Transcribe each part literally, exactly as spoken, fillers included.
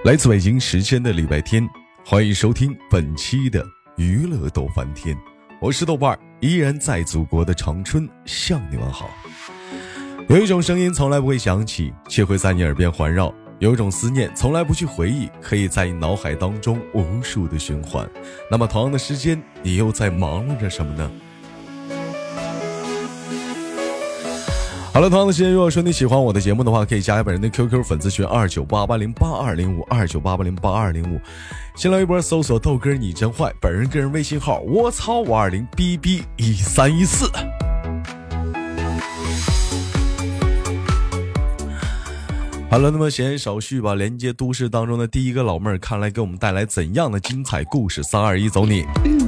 来自北京时间的礼拜天，欢迎收听本期的娱乐逗翻天，我是豆瓣，依然在祖国的长春向你们好。有一种声音从来不会响起，却会在你耳边环绕；有一种思念从来不去回忆，可以在你脑海当中无数的循环。那么同样的时间，你又在忙碌着什么呢？好了，同样的时间，如果说你喜欢我的节目的话，可以加本人的 Q Q 粉丝群二九八八零八二零五二九八八零八二零五，新浪微博搜索豆哥你真坏，本人个人微信号我操五二零 B B 一三一四。好了，那么闲言少叙吧，连接都市当中的第一个老妹儿，看来给我们带来怎样的精彩故事？三二一，走你！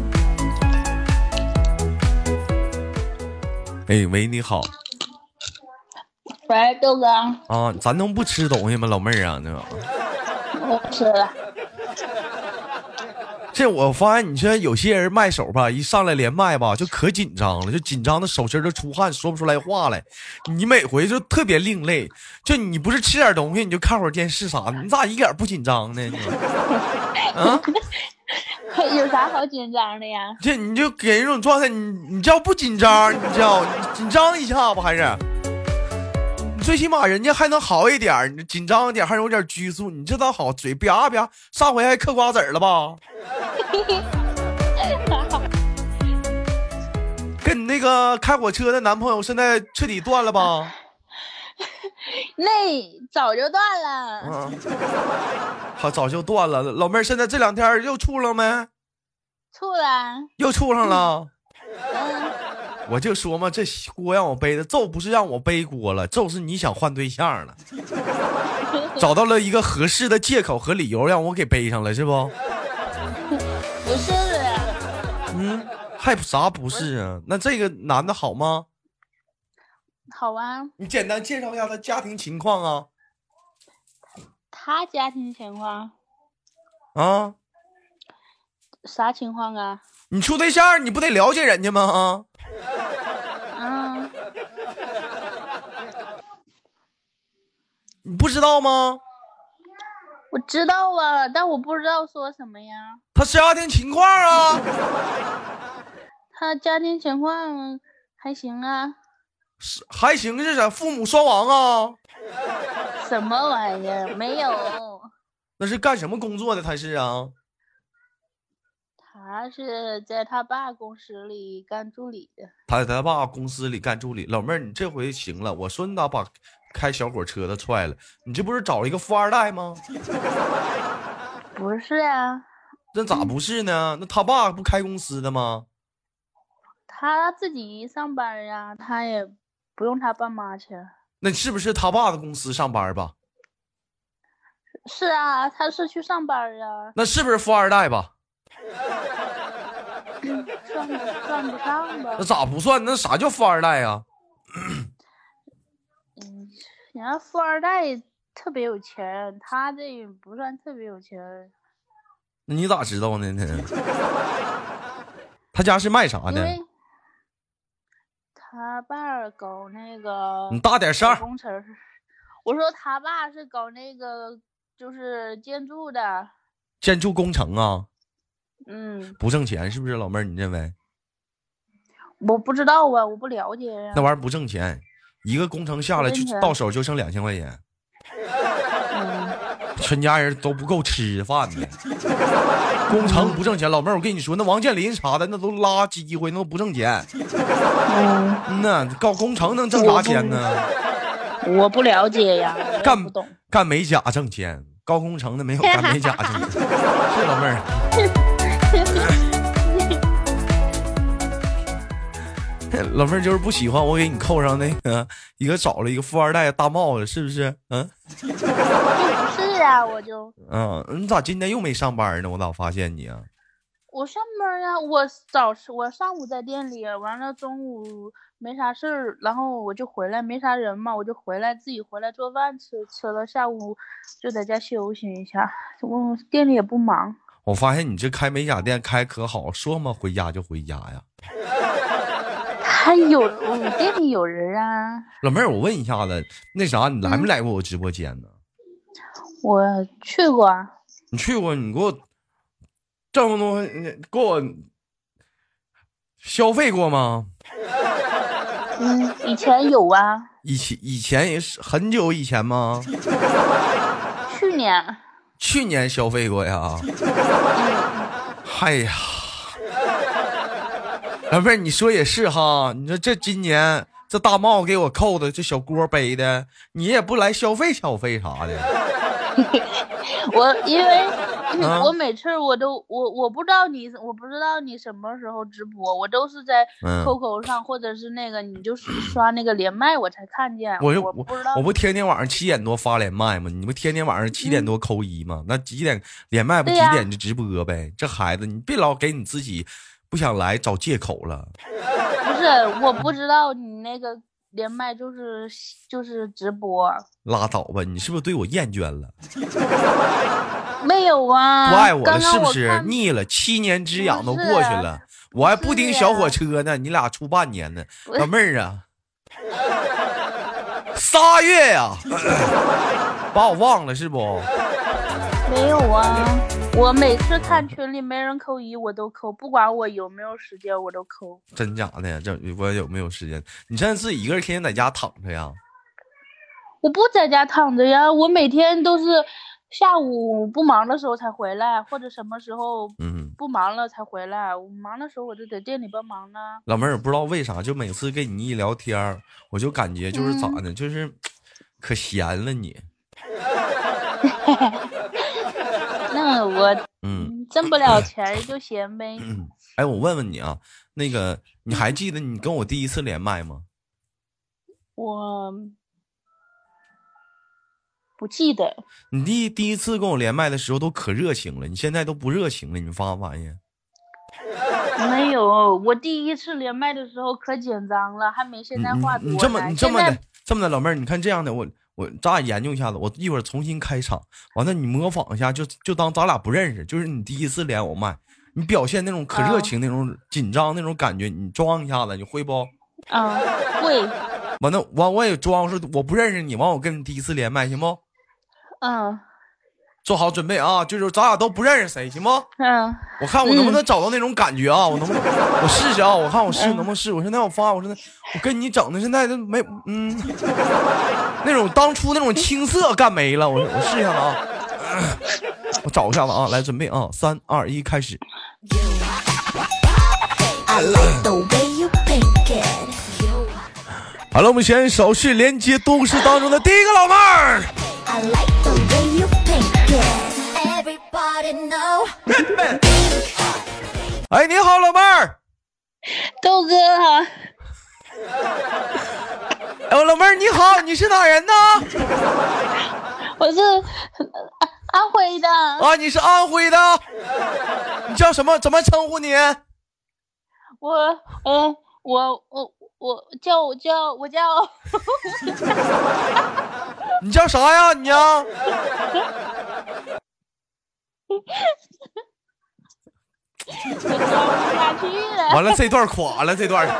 哎，喂，你好。 喂，豆哥啊，咱能不吃东西吗，老妹儿啊？那我吃了。 这我发现，你说有些人卖手吧，一上来连麦吧，就可紧张了，就紧张的手心就出汗，说不出来话来。你每回就特别另类，就你不是吃点东西，你就看会儿电视啥的，你咋一点不紧张呢？啊？ 有啥好紧张的呀？ 这你就给人一种状态，你你叫不紧张，你叫你紧张一下不还是？最起码人家还能好一点，你紧张一点还有点拘束，你这倒好，嘴啪啪，上回还嗑瓜子了吧？跟你那个开火车的男朋友现在彻底断了吧？ 那早就断了。 嗯，好，早就断了。老妹儿，现在这两天又处了没？ 处了。 又处上了。 嗯。 我就说嘛，这锅让我背的，揍不是让我背锅了，揍是你想换对象了，找到了一个合适的借口和理由让我给背上了，是不？ 不是。 嗯，还啥不是啊？那这个男的好吗？ 好啊。 你简单介绍一下他家庭情况啊。 他家庭情况啊？ 啥情况啊？ 你处对象你不得了解人家吗？啊？ 嗯。 你不知道吗？ 我知道啊，但我不知道说什么呀。 他家庭情况啊？ 他家庭情况还行啊。 是还行是啥？父母双亡啊？ 什么玩意儿？没有。 那是干什么工作的？他是啊？ 他是在他爸公司里干助理的。 他在他爸公司里干助理。老妹儿，你这回行了，我说你咋把开小火车的踹了？你这不是找了一个富二代吗？ 不是啊。 那咋不是呢？那他爸不开公司的吗？ 他自己上班呀，他也不用他爸妈去。 那是不是他爸的公司上班吧？ 是啊，他是去上班啊。 那是不是富二代吧？ 算算不上吧。 那咋不算？那啥叫富二代呀？ 嗯，人家富二代特别有钱，他这不算特别有钱。 那你咋知道呢？他家是卖啥的？ 他爸搞那个， 你大点声。 工程。我说他爸是搞那个，就是建筑的。 建筑工程啊？ 嗯。 不挣钱是不是，老妹儿？你认为？ 我不知道啊，我不了解呀。 那玩意儿不挣钱，一个工程下来就到手就剩两千块钱。 嗯。 全家人都不够吃饭的。工程不挣钱，老妹儿，我跟你说，那王健林啥的，那都垃圾机会，那都不挣钱。嗯呐，搞工程能挣啥钱呢？ 我不了解呀， 干不懂。 干美甲挣钱，搞工程的没有干美甲挣钱。是老妹儿。老妹儿就是不喜欢我给你扣上那个一个找了一个富二代大帽子，是不是？嗯。 是啊，我就。 嗯，你咋今天又没上班呢？我咋发现你啊？ 我上班呀，我早我上午在店里，完了中午没啥事儿，然后我就回来，没啥人嘛，我就回来自己回来做饭吃，吃了下午就在家休息一下。我店里也不忙。 我发现你这开美甲店开可好，说嘛回家就回家呀。 还有我店里有人啊。 老妹儿，我问一下子，那啥，你来没来过我直播间呢？ 我去过啊。 你去过？你给我这么多，你给我消费过吗？ 嗯，以前有啊。 以前以前也是很久以前吗？ 去年。 去年消费过呀。哎呀，老妹儿，你说也是哈。你说这今年这大帽给我扣的，这小锅背的，你也不来消费消费啥的。 我因为、 啊、 我每次我都我我不知道你我不知道你什么时候直播，我都是在 Q Q 上、嗯、或者是那个你就是刷那个连麦我才看见。 我就我不知道， 我不天天晚上七点多发连麦吗？你不天天晚上七点多扣一吗？嗯、那几点连麦不几点就直播呗？这孩子你别老给你自己不想来找借口了。 不是，我不知道你那个连麦就是就是直播。 拉倒吧，你是不是对我厌倦了？ 没有啊， 不爱我了是不是？ 是腻了？七年之痒都过去了，我还不盯小火车呢，你俩处半年呢，老妹儿啊，仨月呀、啊，把我忘了是不？ 没有啊，我每次看群里没人扣一我都扣，不管我有没有时间我都扣。 真假的呀？这我有没有时间？你现在自己一个人天天在家躺着呀？ 我不在家躺着呀，我每天都是下午不忙的时候才回来，或者什么时候不忙了才回来。嗯、我忙的时候我就在店里帮忙呢。 老妹儿，不知道为啥，就每次跟你一聊天，我就感觉就是咋的，嗯、就是可闲了你。 那我嗯挣不了钱就闲呗。 嗯，哎，我问问你啊，那个你还记得你跟我第一次连麦吗？ 我不记得。 你第第一次跟我连麦的时候都可热情了，你现在都不热情了，你发没发现？ 没有，我第一次连麦的时候可紧张了，还没现在话多呢。 你这么你这么的这么的，老妹儿，你看这样的，我我咱俩研究一下子，我一会儿重新开场，完了你模仿一下，就就当咱俩不认识，就是你第一次连我麦，你表现那种可热情、那种紧张那种感觉，你装一下子，你会不？ 啊，会。 完了，完我也装是我不认识你，完我跟你第一次连麦，行不？ 嗯。 做好准备啊，就是咱俩都不认识谁，行不？ 嗯。 我看我能不能找到那种感觉啊，嗯、我能不能我试试啊？我看我试能不能试？我现在我发，我现在我跟你整的现在都没嗯，那种当初那种青涩干没了，我我试一下子啊，我找一下子啊，来准备啊，三二一，开始。好了，我们先手势连接都市当中的第一个老妹儿。哎，你好，老妹儿。 豆哥好。 哎，老妹儿你好，你是哪人呢？ 我是安徽的。 啊，你是安徽的？你叫什么？怎么称呼你？ 我，呃，我我我叫我叫我叫。 你叫啥呀？你呀？ 我装不下去了。 完了，这段垮了，这段。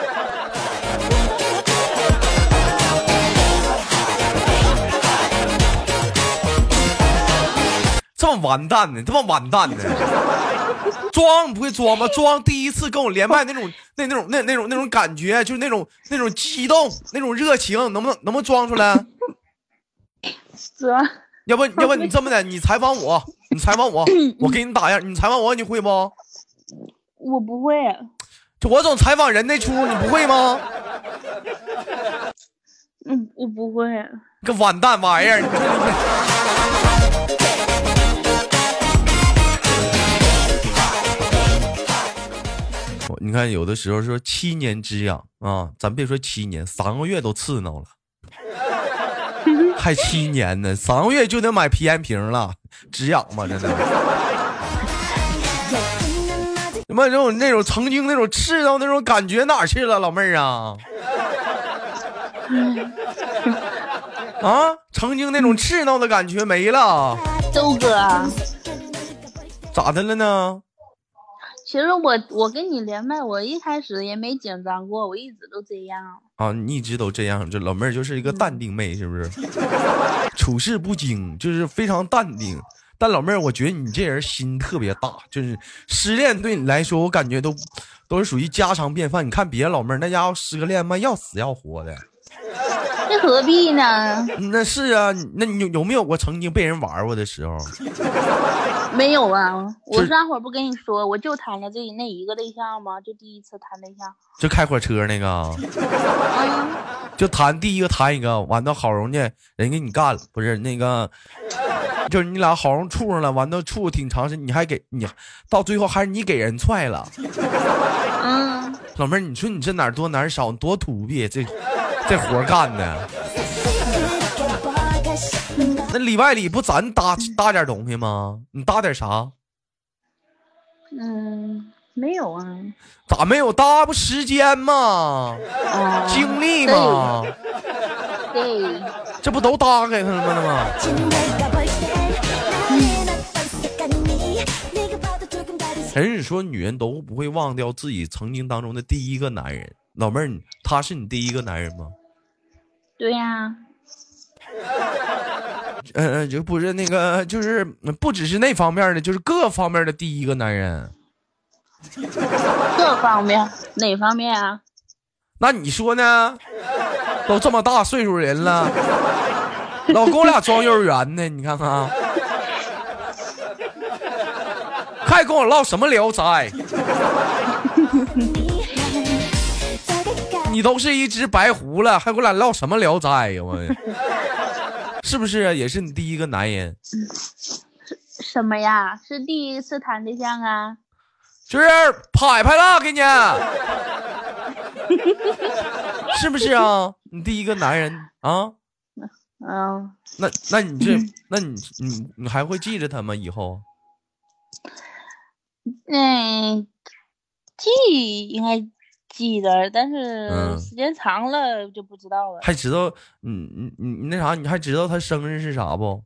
这么完蛋呢？这么完蛋呢？装不会装吗？装第一次跟我连麦那种那那种那那种那种感觉，就是那种那种激动，那种热情，能不能能不能装出来？ 装。 要不要不你这么的，你采访我，你采访我，我给你打样，你采访我，你会不？ 我不会。 就我总采访人那出，你不会吗？ 嗯，我不会。 个完蛋玩意儿！你说你看，有的时候说七年之痒啊，咱别说七年，三个月都刺挠了。还七年呢，三个月就得买皮炎瓶了，止痒吗？真的。什么那种那种曾经那种刺挠那种感觉哪去了，老妹儿啊？啊，曾经那种刺挠的感觉没了。 周哥， 咋的了呢？ 其其实我我跟你连麦，我一开始也没紧张过，我一直都这样啊。你一直都这样，这老妹儿就是一个淡定妹，是不是？处事不惊，就是非常淡定。但老妹儿，我觉得你这人心特别大，就是失恋对你来说，我感觉都都是属于家常便饭。你看别的老妹儿，那家伙失个恋嘛，要死要活的。 这何必呢？ 那是啊，那你有有没有过曾经被人玩过的时候？ 没有啊，我上会儿不跟你说，我就谈了这那一个对象吗？就第一次谈对象， 就开火车那个， 嗯、 就谈第一个谈一个，完了好容易人给你干了，不是那个，就是你俩好容易处上了，完了处挺长时间，你还给你到最后还是你给人踹了。 嗯， 老妹儿，你说你这哪儿多哪儿少，多土鳖，这这活干的。那里外里不咱搭搭点东西吗？你搭点啥？ 嗯，没有啊。 咋没有搭？不时间吗？ 啊、 精力吗？ 对。对， 这不都搭给他们了吗？人说女人都不会忘掉自己曾经当中的第一个男人。老妹儿，他是你第一个男人吗？ 对呀、啊。 呃，就不是那个，就是不只是那方面的，就是各方面的第一个男人。 各方面？哪方面啊？ 那你说呢？都这么大岁数人了，老跟我俩装幼儿园呢，你看看，还跟我唠什么聊斋？你都是一只白狐了，还跟我俩唠什么聊斋呀？我。是不是啊？也是你第一个男人？ 什么呀？是第一次谈对象啊？ 就是拍拍了，给你，是不是啊？你第一个男人啊？ 嗯。 那那你这，那你你你还会记着他吗？以后？ 嗯，记应该记得，但是时间长了就不知道了。 还知道，你你你你那啥，你还知道他生日是啥不？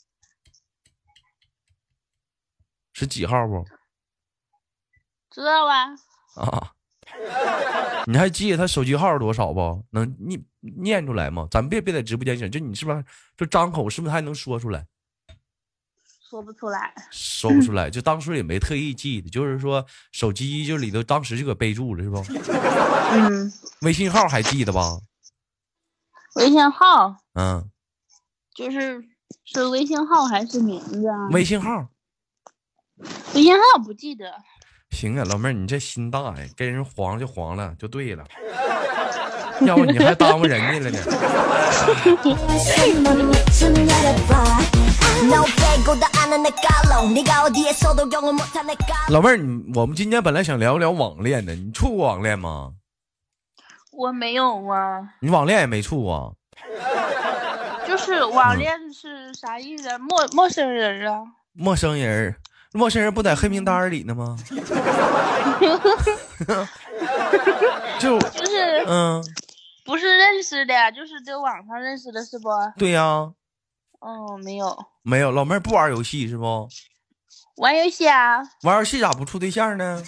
是几号不？ 知道啊。 啊，你还记得他手机号多少不？能念念出来吗？咱别别在直播间讲，就你是不是就张口是不是还能说出来？ 说不出来， 说不出来，就当时也没特意记的，就是说手机就里头当时就给备注了，是不？ 嗯。 微信号还记得吧？ 微信号， 嗯， 就是是微信号还是名字啊？ 微信号， 微信号不记得。 行啊，老妹儿，你这心大呀，跟人黄就黄了，就对了。要不你还耽误人家了呢。老妹儿，你我们今天本来想聊聊网恋的，你处过网恋吗？ 我没有啊。 你网恋也没处过？ 就是网恋是啥意思？陌陌生人啊？ 陌生人，陌生人不在黑名单里呢吗？就就是嗯。 不是认识的呀，就是在网上认识的，是不？ 对呀、啊。 哦，没有。 没有，老妹儿不玩游戏是不？ 玩游戏啊。 玩游戏咋不处对象呢？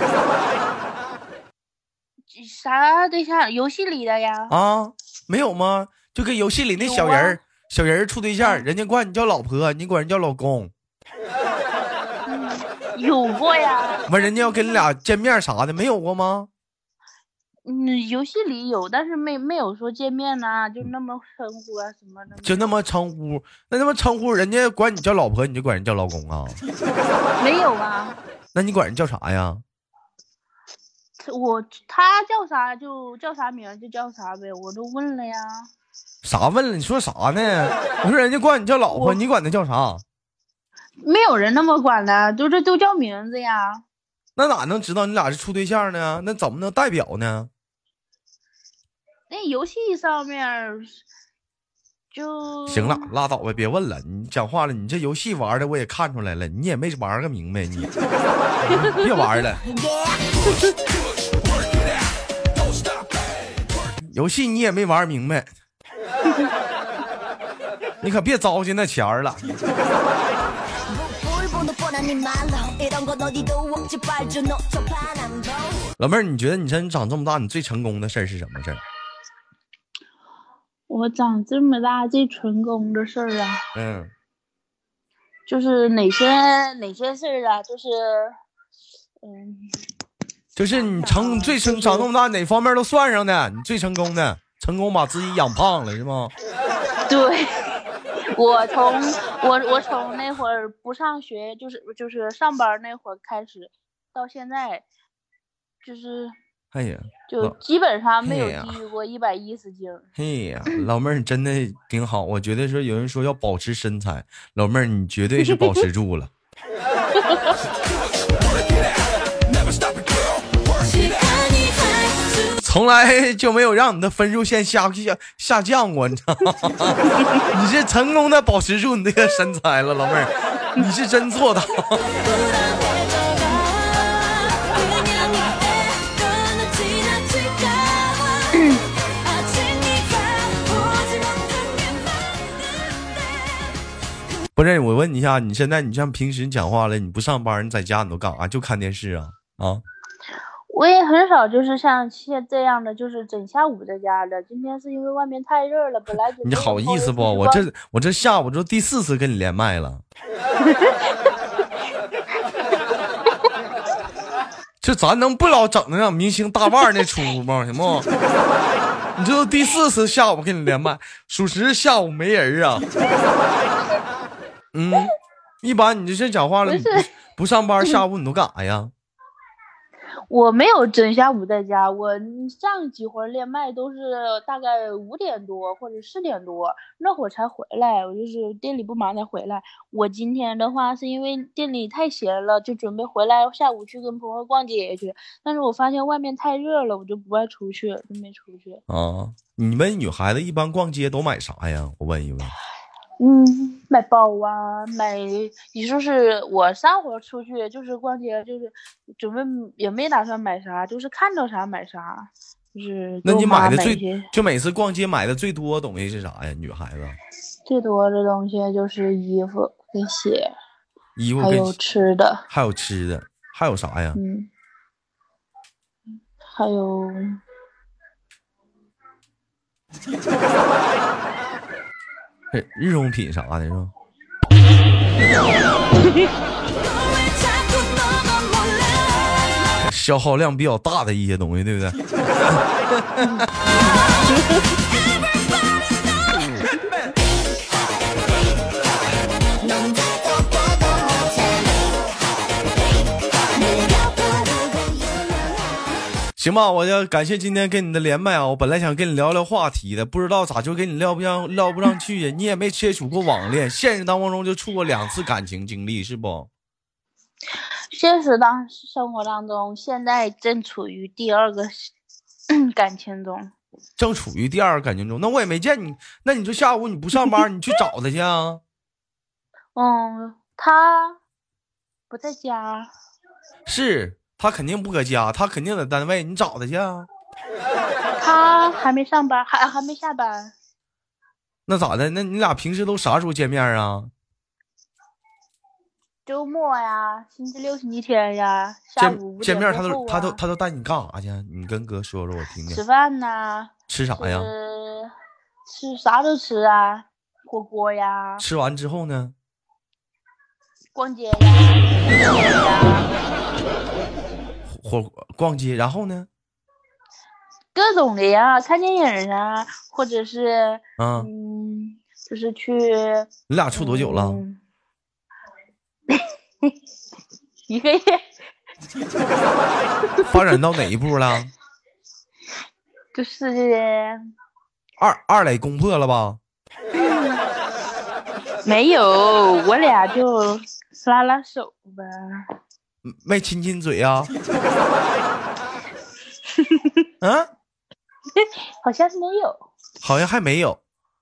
啥对象？游戏里的呀。 啊，没有吗？就跟游戏里那小人儿、啊、小人儿处对象、嗯，人家管你叫老婆，你管人叫老公。 嗯、有过呀。 完，人家要跟你俩见面啥的，没有过吗？ 嗯，游戏里有，但是没没有说见面呐、啊，就那么称呼啊什么的。 就那么称呼，那那么称呼，人家管你叫老婆，你就管人叫老公啊？ 没有啊。 那你管人叫啥呀？ 我他叫啥就叫啥名就叫啥呗，我都问了呀。 啥问了？你说啥呢？我说人家管你叫老婆，你管他叫啥？ 没有人那么管的，都是都叫名字呀。 那哪能知道你俩是处对象呢？那怎么能代表呢？ 那游戏上面就行了，拉倒吧，别问了。你讲话了，你这游戏玩的我也看出来了，你也没玩个明白，你别玩了。游戏你也没玩明白，你可别糟践那钱儿了。 老妹儿，你觉得你说你长这么大，你最成功的事儿是什么事儿？ 我长这么大最成功的事儿啊， 嗯， 就是哪些哪些事儿啊？就是，嗯， 就是你成最成长这么大，哪方面都算上的，你最成功的，成功把自己养胖了是吗？ 对。我从我我从那会儿不上学，就是就是上班那会儿开始，到现在，就是哎呀， 就基本上没有低于过一百一十斤。 嘿呀，老妹儿你真的挺好，我觉得说有人说要保持身材，老妹儿你绝对是保持住了。从来就没有让你的分数线下下下降过，你知道吗？你是成功的保持住你这个身材了，老妹儿，你是真做到。不是，我问你一下，你现在你像平时讲话了，你不上班，你在家你都干啥？就看电视啊？啊？ 我也很少就是像现这样的，就是整下午在家的。今天是因为外面太热了，本来就你好意思不？我这我这下午就第四次跟你连麦了。这咱能不老整那样明星大腕那出吗？行不？你这都第四次下午跟你连麦，属实下午没人啊。嗯，一般你这讲话了，你不不上班，下午你都干啥呀？ 我没有整下午在家，我上几回连麦都是大概五点多或者四点多那会儿才回来，我就是店里不忙才回来。我今天的话是因为店里太闲了，就准备回来下午去跟朋友逛街去，但是我发现外面太热了，我就不爱出去，就没出去。 啊，你们女孩子一般逛街都买啥呀？我问一问。 嗯，买包啊，买，你说是我上回出去就是逛街，就是准备也没打算买啥，就是看到啥买啥，就是那你买的最买就每次逛街买的最多的东西是啥呀？女孩子最多的东西就是衣服跟鞋， 衣服跟还有吃的， 还有吃的，还有啥呀？ 嗯，还有。 日用品啥的是吧？消耗量比较大的一些东西，对不对？行吧，我要感谢今天跟你的连麦啊！我本来想跟你聊聊话题的，不知道咋就跟你聊不上聊不上去呀。你也没接触过网恋，现实当中就处过两次感情经历，是不？ 现实当生活当中，现在正处于第二个感情中， 正处于第二个感情中。那我也没见你，那你说下午你不上班，你去找他去啊？ 嗯，他不在家。 是。他肯定不搁家，他肯定在单位，你找他去啊。 他还没上班，还还没下班。 那咋的？那你俩平时都啥时候见面啊？ 周末呀，星期六、星期天呀，下午五点过后啊。 见面他都他都他都带你干啥去？你跟哥说说我听听。 吃饭呐。 吃啥呀？ 吃啥都吃啊，火锅呀。 吃完之后呢？ 逛街呀。 火逛街，然后呢？ 各种的呀，看电影啊，或者是嗯， 嗯就是去。 你俩处多久了？ 嗯、一个月。 发展到哪一步了？ 就是二二垒攻破了吧？ 没有，我俩就拉拉手吧。 没亲亲嘴啊？啊？ 好像是没有， 好像还没有。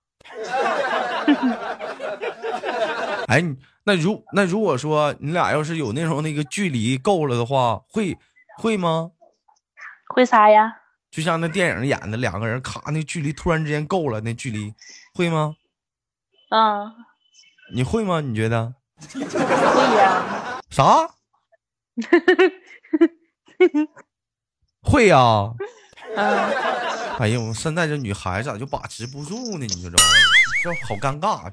哎，那如那如果说你俩要是有那种那个距离够了的话，会会吗？ 会啥呀？ 就像那电影演的，两个人卡那距离突然之间够了，那距离会吗？ 嗯。 你会吗？你觉得？ 会呀。 啥？会呀、啊。 嗯。 哎呦，现在这女孩子咋就把持不住呢？你说这玩意儿，这好尴尬。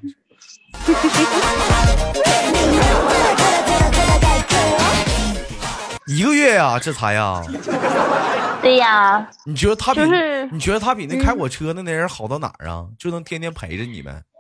一个月呀、啊，这才呀、啊。 对呀。 你觉得他比、 就是、 你觉得他比那开火车的那人好到哪儿啊？嗯、就能天天陪着你们。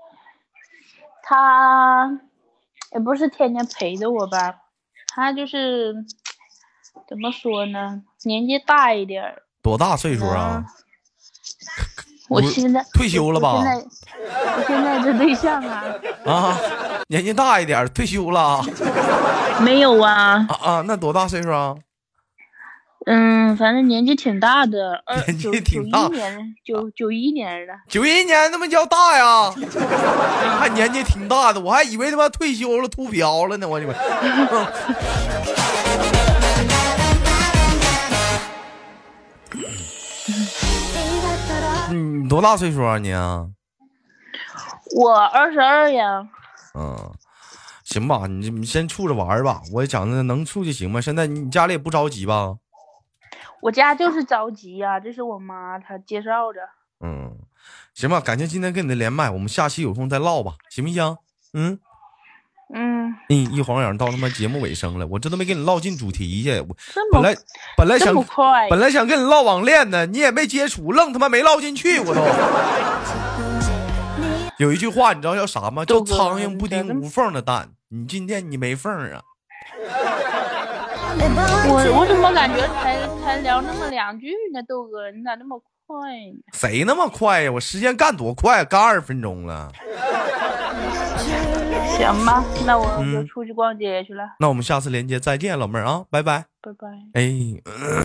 他也不是天天陪着我吧，他就是怎么说呢，年纪大一点。 多大岁数啊？ 我现在退休了吧？ 我现在我现在这对象啊啊，年纪大一点，退休了？ 没有啊。 啊啊，那多大岁数啊？ 嗯，反正年纪挺大的， 年纪挺大， 九一年，九九一年的， 九一年他妈叫大呀，还年纪挺大的，我还以为他妈退休了秃瓢了呢，我你们。你多大岁数啊你啊？ 我二十二呀。 嗯，行吧，你你先处着玩吧，我讲的能处就行吧。现在你家里也不着急吧？ 我家就是着急呀、啊，这是我妈她介绍的。 嗯，行吧，感谢今天跟你的连麦，我们下期有空再唠吧，行不行？嗯嗯， 一一晃眼到他妈节目尾声了，我这都没给你唠进主题去，我本来本来想快本来想跟你唠网恋呢，你也没接触，愣他妈没唠进去，我都。有一句话你知道叫啥吗？叫苍蝇不叮无缝的蛋，你今天你没缝啊。 我我怎么感觉才才聊那么两句呢？豆哥，你咋那么快呢？ 谁那么快呀？我时间干多快，干二十分钟了。 行吧，那我就出去逛街去了。 嗯、那我们下次连接再见，老妹儿啊，拜拜， 拜拜。 哎。呃